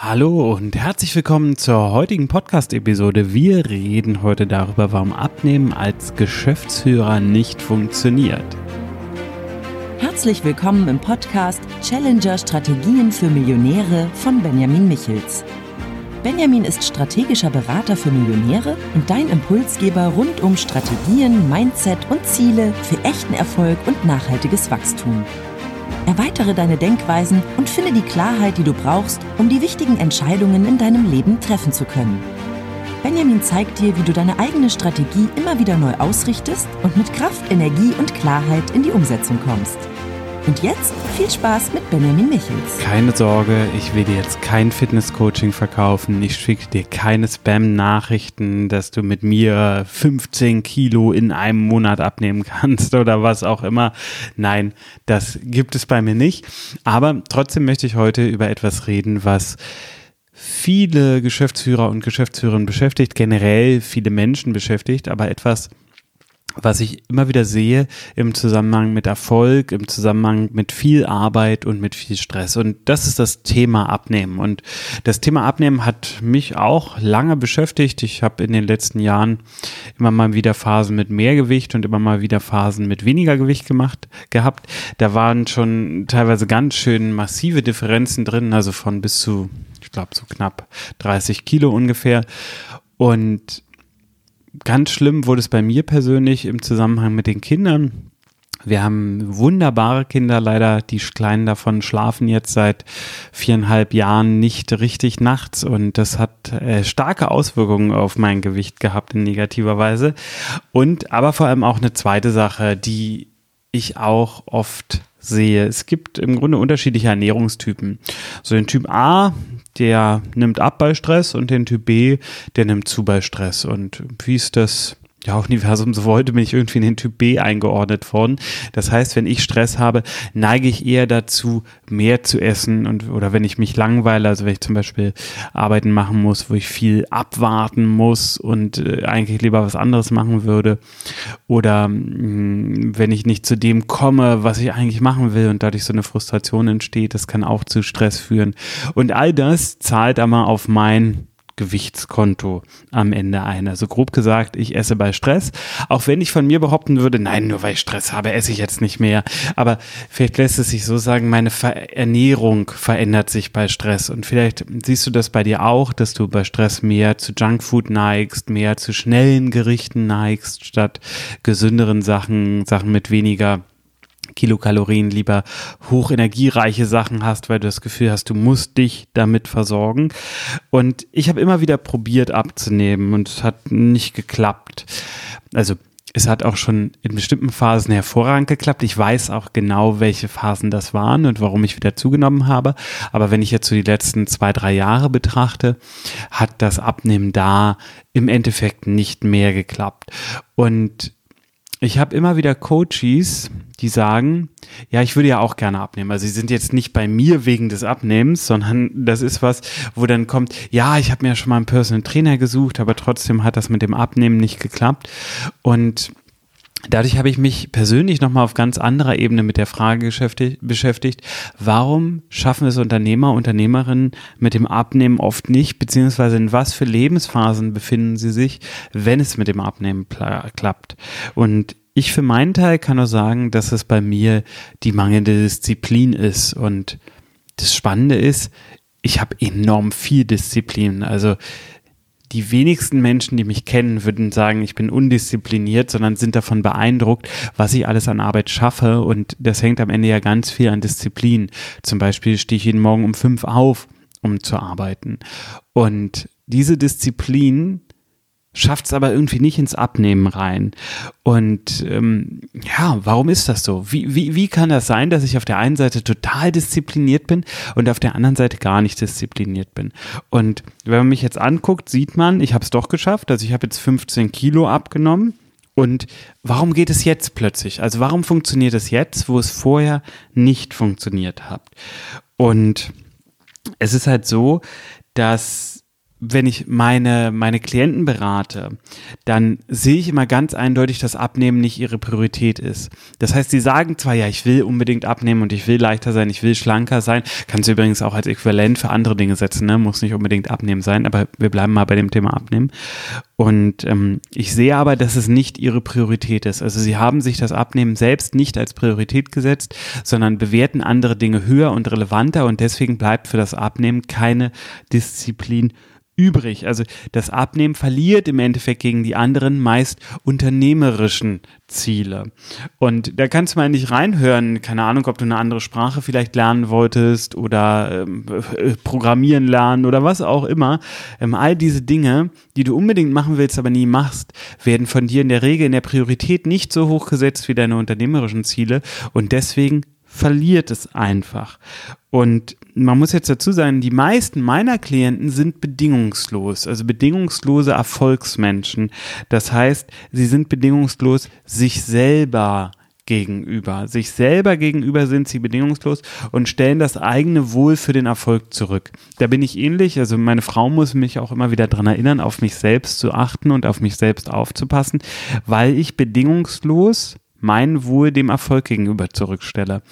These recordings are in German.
Hallo und herzlich willkommen zur heutigen Podcast-Episode. Wir reden heute darüber, warum Abnehmen als Geschäftsführer nicht funktioniert. Herzlich willkommen im Podcast Challenger Strategien für Millionäre von Benjamin Michels. Benjamin ist strategischer Berater für Millionäre und dein Impulsgeber rund um Strategien, Mindset und Ziele für echten Erfolg und nachhaltiges Wachstum. Erweitere deine Denkweisen und finde die Klarheit, die du brauchst, um die wichtigen Entscheidungen in deinem Leben treffen zu können. Benjamin zeigt dir, wie du deine eigene Strategie immer wieder neu ausrichtest und mit Kraft, Energie und Klarheit in die Umsetzung kommst. Und jetzt viel Spaß mit Benjamin Michels. Keine Sorge, ich will dir jetzt kein Fitness-Coaching verkaufen. Ich schicke dir keine Spam-Nachrichten, dass du mit mir 15 Kilo in einem Monat abnehmen kannst oder was auch immer. Nein, das gibt es bei mir nicht. Aber trotzdem möchte ich heute über etwas reden, was viele Geschäftsführer und Geschäftsführerinnen beschäftigt, generell viele Menschen beschäftigt, aber etwas, was ich immer wieder sehe im Zusammenhang mit Erfolg, im Zusammenhang mit viel Arbeit und mit viel Stress. Und das ist das Thema Abnehmen. Und das Thema Abnehmen hat mich auch lange beschäftigt. Ich habe in den letzten Jahren immer mal wieder Phasen mit mehr Gewicht und immer mal wieder Phasen mit weniger Gewicht gehabt. Da waren schon teilweise ganz schön massive Differenzen drin, also von bis zu, ich glaube, so knapp 30 Kilo ungefähr. Und ganz schlimm wurde es bei mir persönlich im Zusammenhang mit den Kindern. Wir haben wunderbare Kinder, leider die Kleinen davon schlafen jetzt seit 4,5 Jahren nicht richtig nachts und das hat starke Auswirkungen auf mein Gewicht gehabt in negativer Weise. Und aber vor allem auch eine zweite Sache, die ich auch oft sehe. Es gibt im Grunde unterschiedliche Ernährungstypen. So den Typ A, der nimmt ab bei Stress und den Typ B, der nimmt zu bei Stress. Und wie ist das Universum so wollte, bin ich irgendwie in den Typ B eingeordnet worden. Das heißt, wenn ich Stress habe, neige ich eher dazu, mehr zu essen oder wenn ich mich langweile, also wenn ich zum Beispiel Arbeiten machen muss, wo ich viel abwarten muss und eigentlich lieber was anderes machen würde oder wenn ich nicht zu dem komme, was ich eigentlich machen will und dadurch so eine Frustration entsteht, das kann auch zu Stress führen. Und all das zahlt aber auf mein Gewichtskonto am Ende ein. Also grob gesagt, ich esse bei Stress, auch wenn ich von mir behaupten würde, nein, nur weil ich Stress habe, esse ich jetzt nicht mehr. Aber vielleicht lässt es sich so sagen, meine Ernährung verändert sich bei Stress und vielleicht siehst du das bei dir auch, dass du bei Stress mehr zu Junkfood neigst, mehr zu schnellen Gerichten neigst, statt gesünderen Sachen mit weniger Kilokalorien lieber hochenergiereiche Sachen hast, weil du das Gefühl hast, du musst dich damit versorgen. Und ich habe immer wieder probiert abzunehmen und es hat nicht geklappt. Also es hat auch schon in bestimmten Phasen hervorragend geklappt. Ich weiß auch genau, welche Phasen das waren und warum ich wieder zugenommen habe. Aber wenn ich jetzt so die letzten 2-3 Jahre betrachte, hat das Abnehmen da im Endeffekt nicht mehr geklappt. Und ich habe immer wieder Coaches, die sagen, ja, ich würde ja auch gerne abnehmen. Also sie sind jetzt nicht bei mir wegen des Abnehmens, sondern das ist was, wo dann kommt, ja, ich habe mir ja schon mal einen Personal Trainer gesucht, aber trotzdem hat das mit dem Abnehmen nicht geklappt. Und dadurch habe ich mich persönlich nochmal auf ganz anderer Ebene mit der Frage beschäftigt, warum schaffen es Unternehmer, Unternehmerinnen mit dem Abnehmen oft nicht, beziehungsweise in was für Lebensphasen befinden sie sich, wenn es mit dem Abnehmen klappt. Und ich für meinen Teil kann nur sagen, dass es bei mir die mangelnde Disziplin ist. Und das Spannende ist, ich habe enorm viel Disziplin. Also die wenigsten Menschen, die mich kennen, würden sagen, ich bin undiszipliniert, sondern sind davon beeindruckt, was ich alles an Arbeit schaffe. Und das hängt am Ende ja ganz viel an Disziplin. Zum Beispiel stehe ich jeden Morgen um 5 auf, um zu arbeiten. Und diese Disziplin schafft es aber irgendwie nicht ins Abnehmen rein. Und warum ist das so? Wie kann das sein, dass ich auf der einen Seite total diszipliniert bin und auf der anderen Seite gar nicht diszipliniert bin? Und wenn man mich jetzt anguckt, sieht man, ich habe es doch geschafft. Also ich habe jetzt 15 Kilo abgenommen. Und warum geht es jetzt plötzlich? Also warum funktioniert es jetzt, wo es vorher nicht funktioniert hat? Und es ist halt so, dass wenn ich meine Klienten berate, dann sehe ich immer ganz eindeutig, dass Abnehmen nicht ihre Priorität ist. Das heißt, sie sagen zwar, ja, ich will unbedingt abnehmen und ich will leichter sein, ich will schlanker sein, kannst du übrigens auch als Äquivalent für andere Dinge setzen, ne? Muss nicht unbedingt Abnehmen sein, aber wir bleiben mal bei dem Thema Abnehmen. Und ich sehe aber, dass es nicht ihre Priorität ist. Also sie haben sich das Abnehmen selbst nicht als Priorität gesetzt, sondern bewerten andere Dinge höher und relevanter und deswegen bleibt für das Abnehmen keine Disziplin übrig. Also das Abnehmen verliert im Endeffekt gegen die anderen meist unternehmerischen Ziele. Und da kannst du mal nicht reinhören, keine Ahnung, ob du eine andere Sprache vielleicht lernen wolltest oder programmieren lernen oder was auch immer. All diese Dinge, die du unbedingt machen willst, aber nie machst, werden von dir in der Regel in der Priorität nicht so hoch gesetzt wie deine unternehmerischen Ziele und deswegen verliert es einfach. Und man muss jetzt dazu sagen, die meisten meiner Klienten sind bedingungslos, also bedingungslose Erfolgsmenschen. Das heißt, sie sind bedingungslos sich selber gegenüber. Sich selber gegenüber sind sie bedingungslos und stellen das eigene Wohl für den Erfolg zurück. Da bin ich ähnlich, also meine Frau muss mich auch immer wieder daran erinnern, auf mich selbst zu achten und auf mich selbst aufzupassen, weil ich bedingungslos mein Wohl dem Erfolg gegenüber zurückstelle.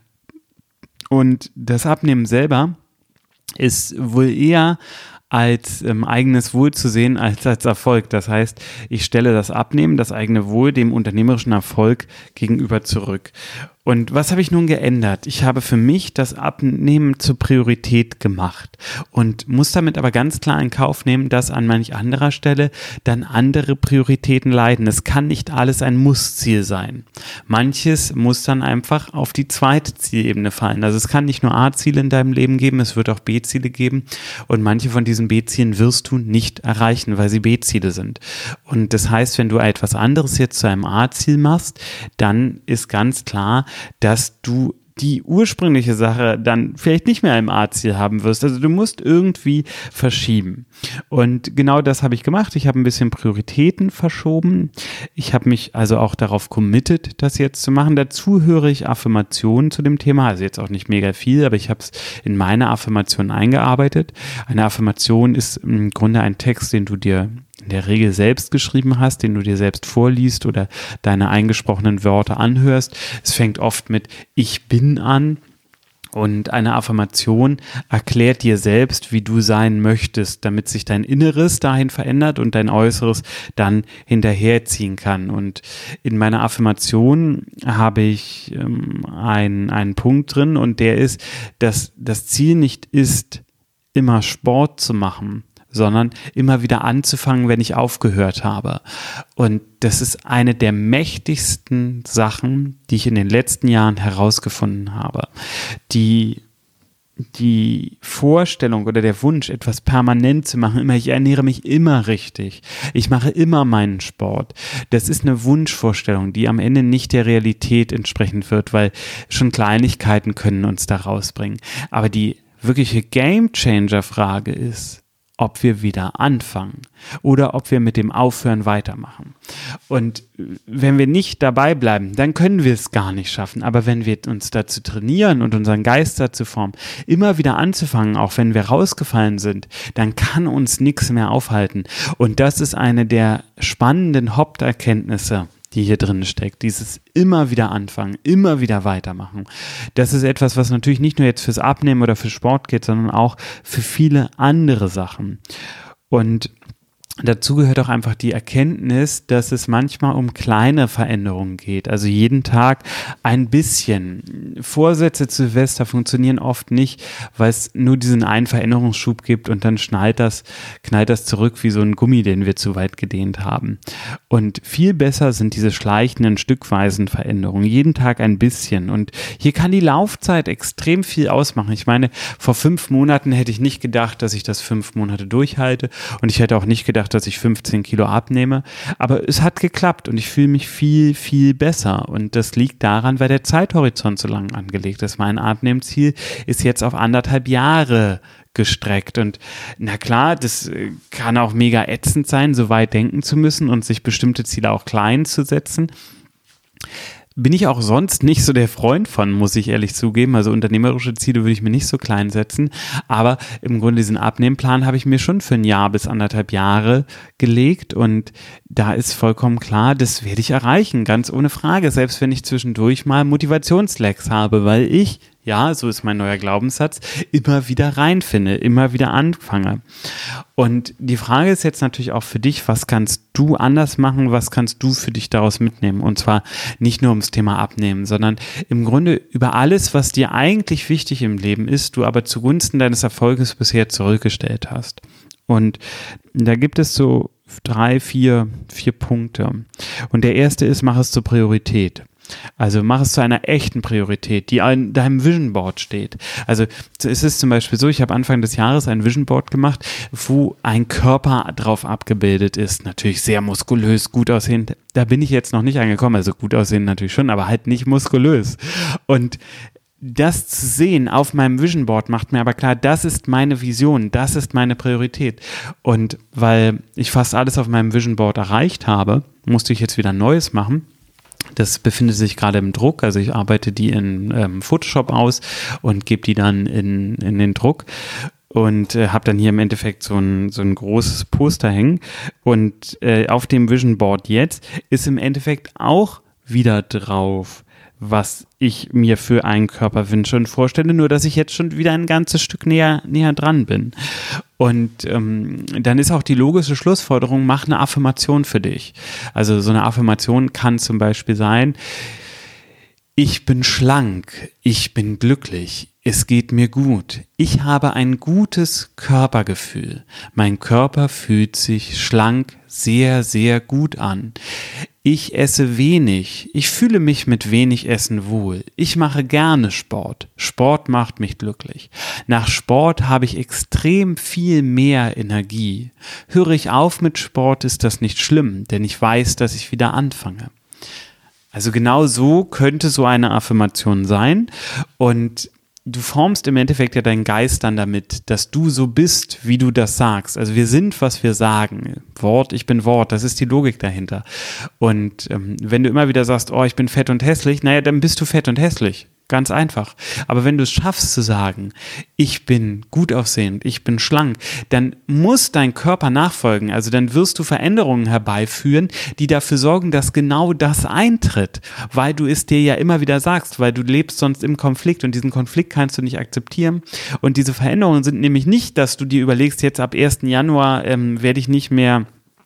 Und das Abnehmen selber ist wohl eher als eigenes Wohl zu sehen als Erfolg. Das heißt, ich stelle das Abnehmen, das eigene Wohl dem unternehmerischen Erfolg gegenüber zurück. Und was habe ich nun geändert? Ich habe für mich das Abnehmen zur Priorität gemacht und muss damit aber ganz klar in Kauf nehmen, dass an manch anderer Stelle dann andere Prioritäten leiden. Es kann nicht alles ein Muss-Ziel sein. Manches muss dann einfach auf die zweite Zielebene fallen. Also es kann nicht nur A-Ziele in deinem Leben geben, es wird auch B-Ziele geben und manche von diesen B-Zielen wirst du nicht erreichen, weil sie B-Ziele sind. Und das heißt, wenn du etwas anderes jetzt zu einem A-Ziel machst, dann ist ganz klar, dass du die ursprüngliche Sache dann vielleicht nicht mehr im A-Ziel haben wirst. Also du musst irgendwie verschieben. Und genau das habe ich gemacht. Ich habe ein bisschen Prioritäten verschoben. Ich habe mich also auch darauf committed, das jetzt zu machen. Dazu höre ich Affirmationen zu dem Thema. Also jetzt auch nicht mega viel, aber ich habe es in meine Affirmation eingearbeitet. Eine Affirmation ist im Grunde ein Text, den du dir in der Regel selbst geschrieben hast, den du dir selbst vorliest oder deine eingesprochenen Wörter anhörst. Es fängt oft mit Ich bin an und eine Affirmation erklärt dir selbst, wie du sein möchtest, damit sich dein Inneres dahin verändert und dein Äußeres dann hinterherziehen kann. Und in meiner Affirmation habe ich einen Punkt drin und der ist, dass das Ziel nicht ist, immer Sport zu machen, sondern immer wieder anzufangen, wenn ich aufgehört habe. Und das ist eine der mächtigsten Sachen, die ich in den letzten Jahren herausgefunden habe. Die Vorstellung oder der Wunsch, etwas permanent zu machen, ich ernähre mich immer richtig, ich mache immer meinen Sport, das ist eine Wunschvorstellung, die am Ende nicht der Realität entsprechend wird, weil schon Kleinigkeiten können uns da rausbringen. Aber die wirkliche Game-Changer-Frage ist, ob wir wieder anfangen oder ob wir mit dem Aufhören weitermachen. Und wenn wir nicht dabei bleiben, dann können wir es gar nicht schaffen. Aber wenn wir uns dazu trainieren und unseren Geist dazu formen, immer wieder anzufangen, auch wenn wir rausgefallen sind, dann kann uns nichts mehr aufhalten. Und das ist eine der spannenden Haupterkenntnisse, die hier drin steckt, dieses immer wieder anfangen, immer wieder weitermachen. Das ist etwas, was natürlich nicht nur jetzt fürs Abnehmen oder für Sport geht, sondern auch für viele andere Sachen. Und dazu gehört auch einfach die Erkenntnis, dass es manchmal um kleine Veränderungen geht. Also jeden Tag ein bisschen. Vorsätze zu Silvester funktionieren oft nicht, weil es nur diesen einen Veränderungsschub gibt und dann knallt das zurück wie so ein Gummi, den wir zu weit gedehnt haben. Und viel besser sind diese schleichenden, stückweisen Veränderungen. Jeden Tag ein bisschen. Und hier kann die Laufzeit extrem viel ausmachen. Ich meine, vor 5 Monaten hätte ich nicht gedacht, dass ich das 5 Monate durchhalte. Und ich hätte auch nicht gedacht, dass ich 15 Kilo abnehme, aber es hat geklappt und ich fühle mich viel, viel besser und das liegt daran, weil der Zeithorizont so lang angelegt ist. Mein Abnehmziel ist jetzt auf 1,5 Jahre gestreckt und na klar, das kann auch mega ätzend sein, so weit denken zu müssen und sich bestimmte Ziele auch klein zu setzen. bin ich auch sonst nicht so der Freund von, muss ich ehrlich zugeben. Also unternehmerische Ziele würde ich mir nicht so klein setzen. Aber im Grunde diesen Abnehmplan habe ich mir schon für 1 Jahr bis 1,5 Jahre gelegt. Und da ist vollkommen klar, das werde ich erreichen, ganz ohne Frage. Selbst wenn ich zwischendurch mal Motivationslacks habe, weil ich, ja, so ist mein neuer Glaubenssatz, immer wieder reinfinde, immer wieder anfange. Und die Frage ist jetzt natürlich auch für dich, was kannst du anders machen, was kannst du für dich daraus mitnehmen? Und zwar nicht nur ums Thema Abnehmen, sondern im Grunde über alles, was dir eigentlich wichtig im Leben ist, du aber zugunsten deines Erfolges bisher zurückgestellt hast. Und da gibt es so 3, 4 Punkte. Und der erste ist, mach es zur Priorität. Also mach es zu einer echten Priorität, die in deinem Vision Board steht. Also es ist zum Beispiel so, ich habe Anfang des Jahres ein Vision Board gemacht, wo ein Körper drauf abgebildet ist. Natürlich sehr muskulös, gut aussehend. Da bin ich jetzt noch nicht angekommen. Also gut aussehend natürlich schon, aber halt nicht muskulös. Und das zu sehen auf meinem Vision Board macht mir aber klar, das ist meine Vision, das ist meine Priorität. Und weil ich fast alles auf meinem Vision Board erreicht habe, musste ich jetzt wieder Neues machen. Das befindet sich gerade im Druck, also ich arbeite die in Photoshop aus und gebe die dann in den Druck und habe dann hier im Endeffekt so ein großes Poster hängen und auf dem Vision Board jetzt ist im Endeffekt auch wieder drauf, was ich mir für einen Körper wünsche und vorstelle, nur dass ich jetzt schon wieder ein ganzes Stück näher dran bin. Und dann ist auch die logische Schlussfolgerung, mach eine Affirmation für dich. Also so eine Affirmation kann zum Beispiel sein, ich bin schlank, ich bin glücklich, es geht mir gut, ich habe ein gutes Körpergefühl, mein Körper fühlt sich schlank sehr, sehr gut an. Ich esse wenig, ich fühle mich mit wenig Essen wohl, ich mache gerne Sport, Sport macht mich glücklich. Nach Sport habe ich extrem viel mehr Energie. Höre ich auf mit Sport, ist das nicht schlimm, denn ich weiß, dass ich wieder anfange. Also genau so könnte so eine Affirmation sein und du formst im Endeffekt ja deinen Geist dann damit, dass du so bist, wie du das sagst. Also wir sind, was wir sagen. Wort, ich bin Wort, das ist die Logik dahinter. Und wenn du immer wieder sagst, oh, ich bin fett und hässlich, naja, dann bist du fett und hässlich. Ganz einfach. Aber wenn du es schaffst zu sagen, ich bin gut aussehend, ich bin schlank, dann muss dein Körper nachfolgen. Also dann wirst du Veränderungen herbeiführen, die dafür sorgen, dass genau das eintritt, weil du es dir ja immer wieder sagst, weil du lebst sonst im Konflikt und diesen Konflikt kannst du nicht akzeptieren. Und diese Veränderungen sind nämlich nicht, dass du dir überlegst, jetzt ab 1. Januar werde ich nicht mehr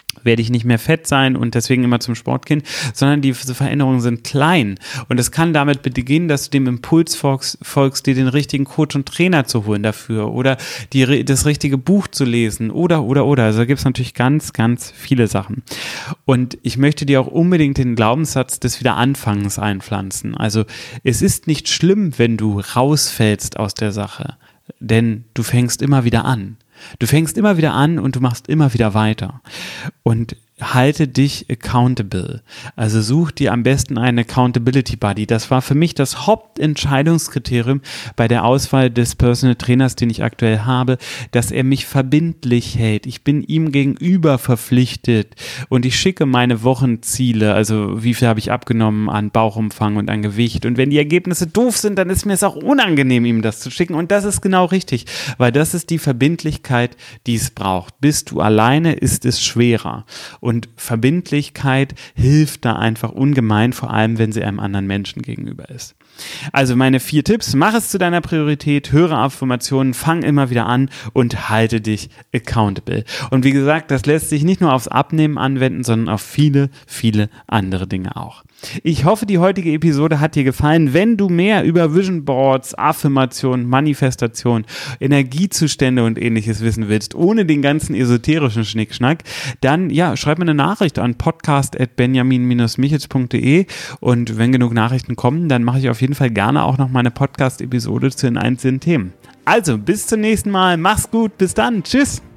fett sein und deswegen immer zum Sport gehen, sondern diese Veränderungen sind klein. Und es kann damit beginnen, dass du dem Impuls folgst, dir den richtigen Coach und Trainer zu holen dafür oder das richtige Buch zu lesen oder. Also da gibt es natürlich ganz, ganz viele Sachen. Und ich möchte dir auch unbedingt den Glaubenssatz des Wiederanfangens einpflanzen. Also es ist nicht schlimm, wenn du rausfällst aus der Sache, denn du fängst immer wieder an. Du fängst immer wieder an und du machst immer wieder weiter. Und halte dich accountable. Also such dir am besten einen Accountability Buddy. Das war für mich das Hauptentscheidungskriterium bei der Auswahl des Personal Trainers, den ich aktuell habe, dass er mich verbindlich hält. Ich bin ihm gegenüber verpflichtet und ich schicke meine Wochenziele, also wie viel habe ich abgenommen an Bauchumfang und an Gewicht. Und wenn die Ergebnisse doof sind, dann ist mir es auch unangenehm, ihm das zu schicken. Und das ist genau richtig, weil das ist die Verbindlichkeit, die es braucht. Bist du alleine, ist es schwerer. Und Verbindlichkeit hilft da einfach ungemein, vor allem wenn sie einem anderen Menschen gegenüber ist. Also meine 4 Tipps, mach es zu deiner Priorität, höre Affirmationen, fang immer wieder an und halte dich accountable. Und wie gesagt, das lässt sich nicht nur aufs Abnehmen anwenden, sondern auf viele, viele andere Dinge auch. Ich hoffe, die heutige Episode hat dir gefallen. Wenn du mehr über Vision Boards, Affirmationen, Manifestation, Energiezustände und ähnliches wissen willst, ohne den ganzen esoterischen Schnickschnack, dann ja, schreib mir eine Nachricht an podcast@benjamin-michels.de und wenn genug Nachrichten kommen, dann mache ich auf jeden Fall gerne auch noch meine Podcast-Episode zu den einzelnen Themen. Also, bis zum nächsten Mal. Mach's gut. Bis dann. Tschüss.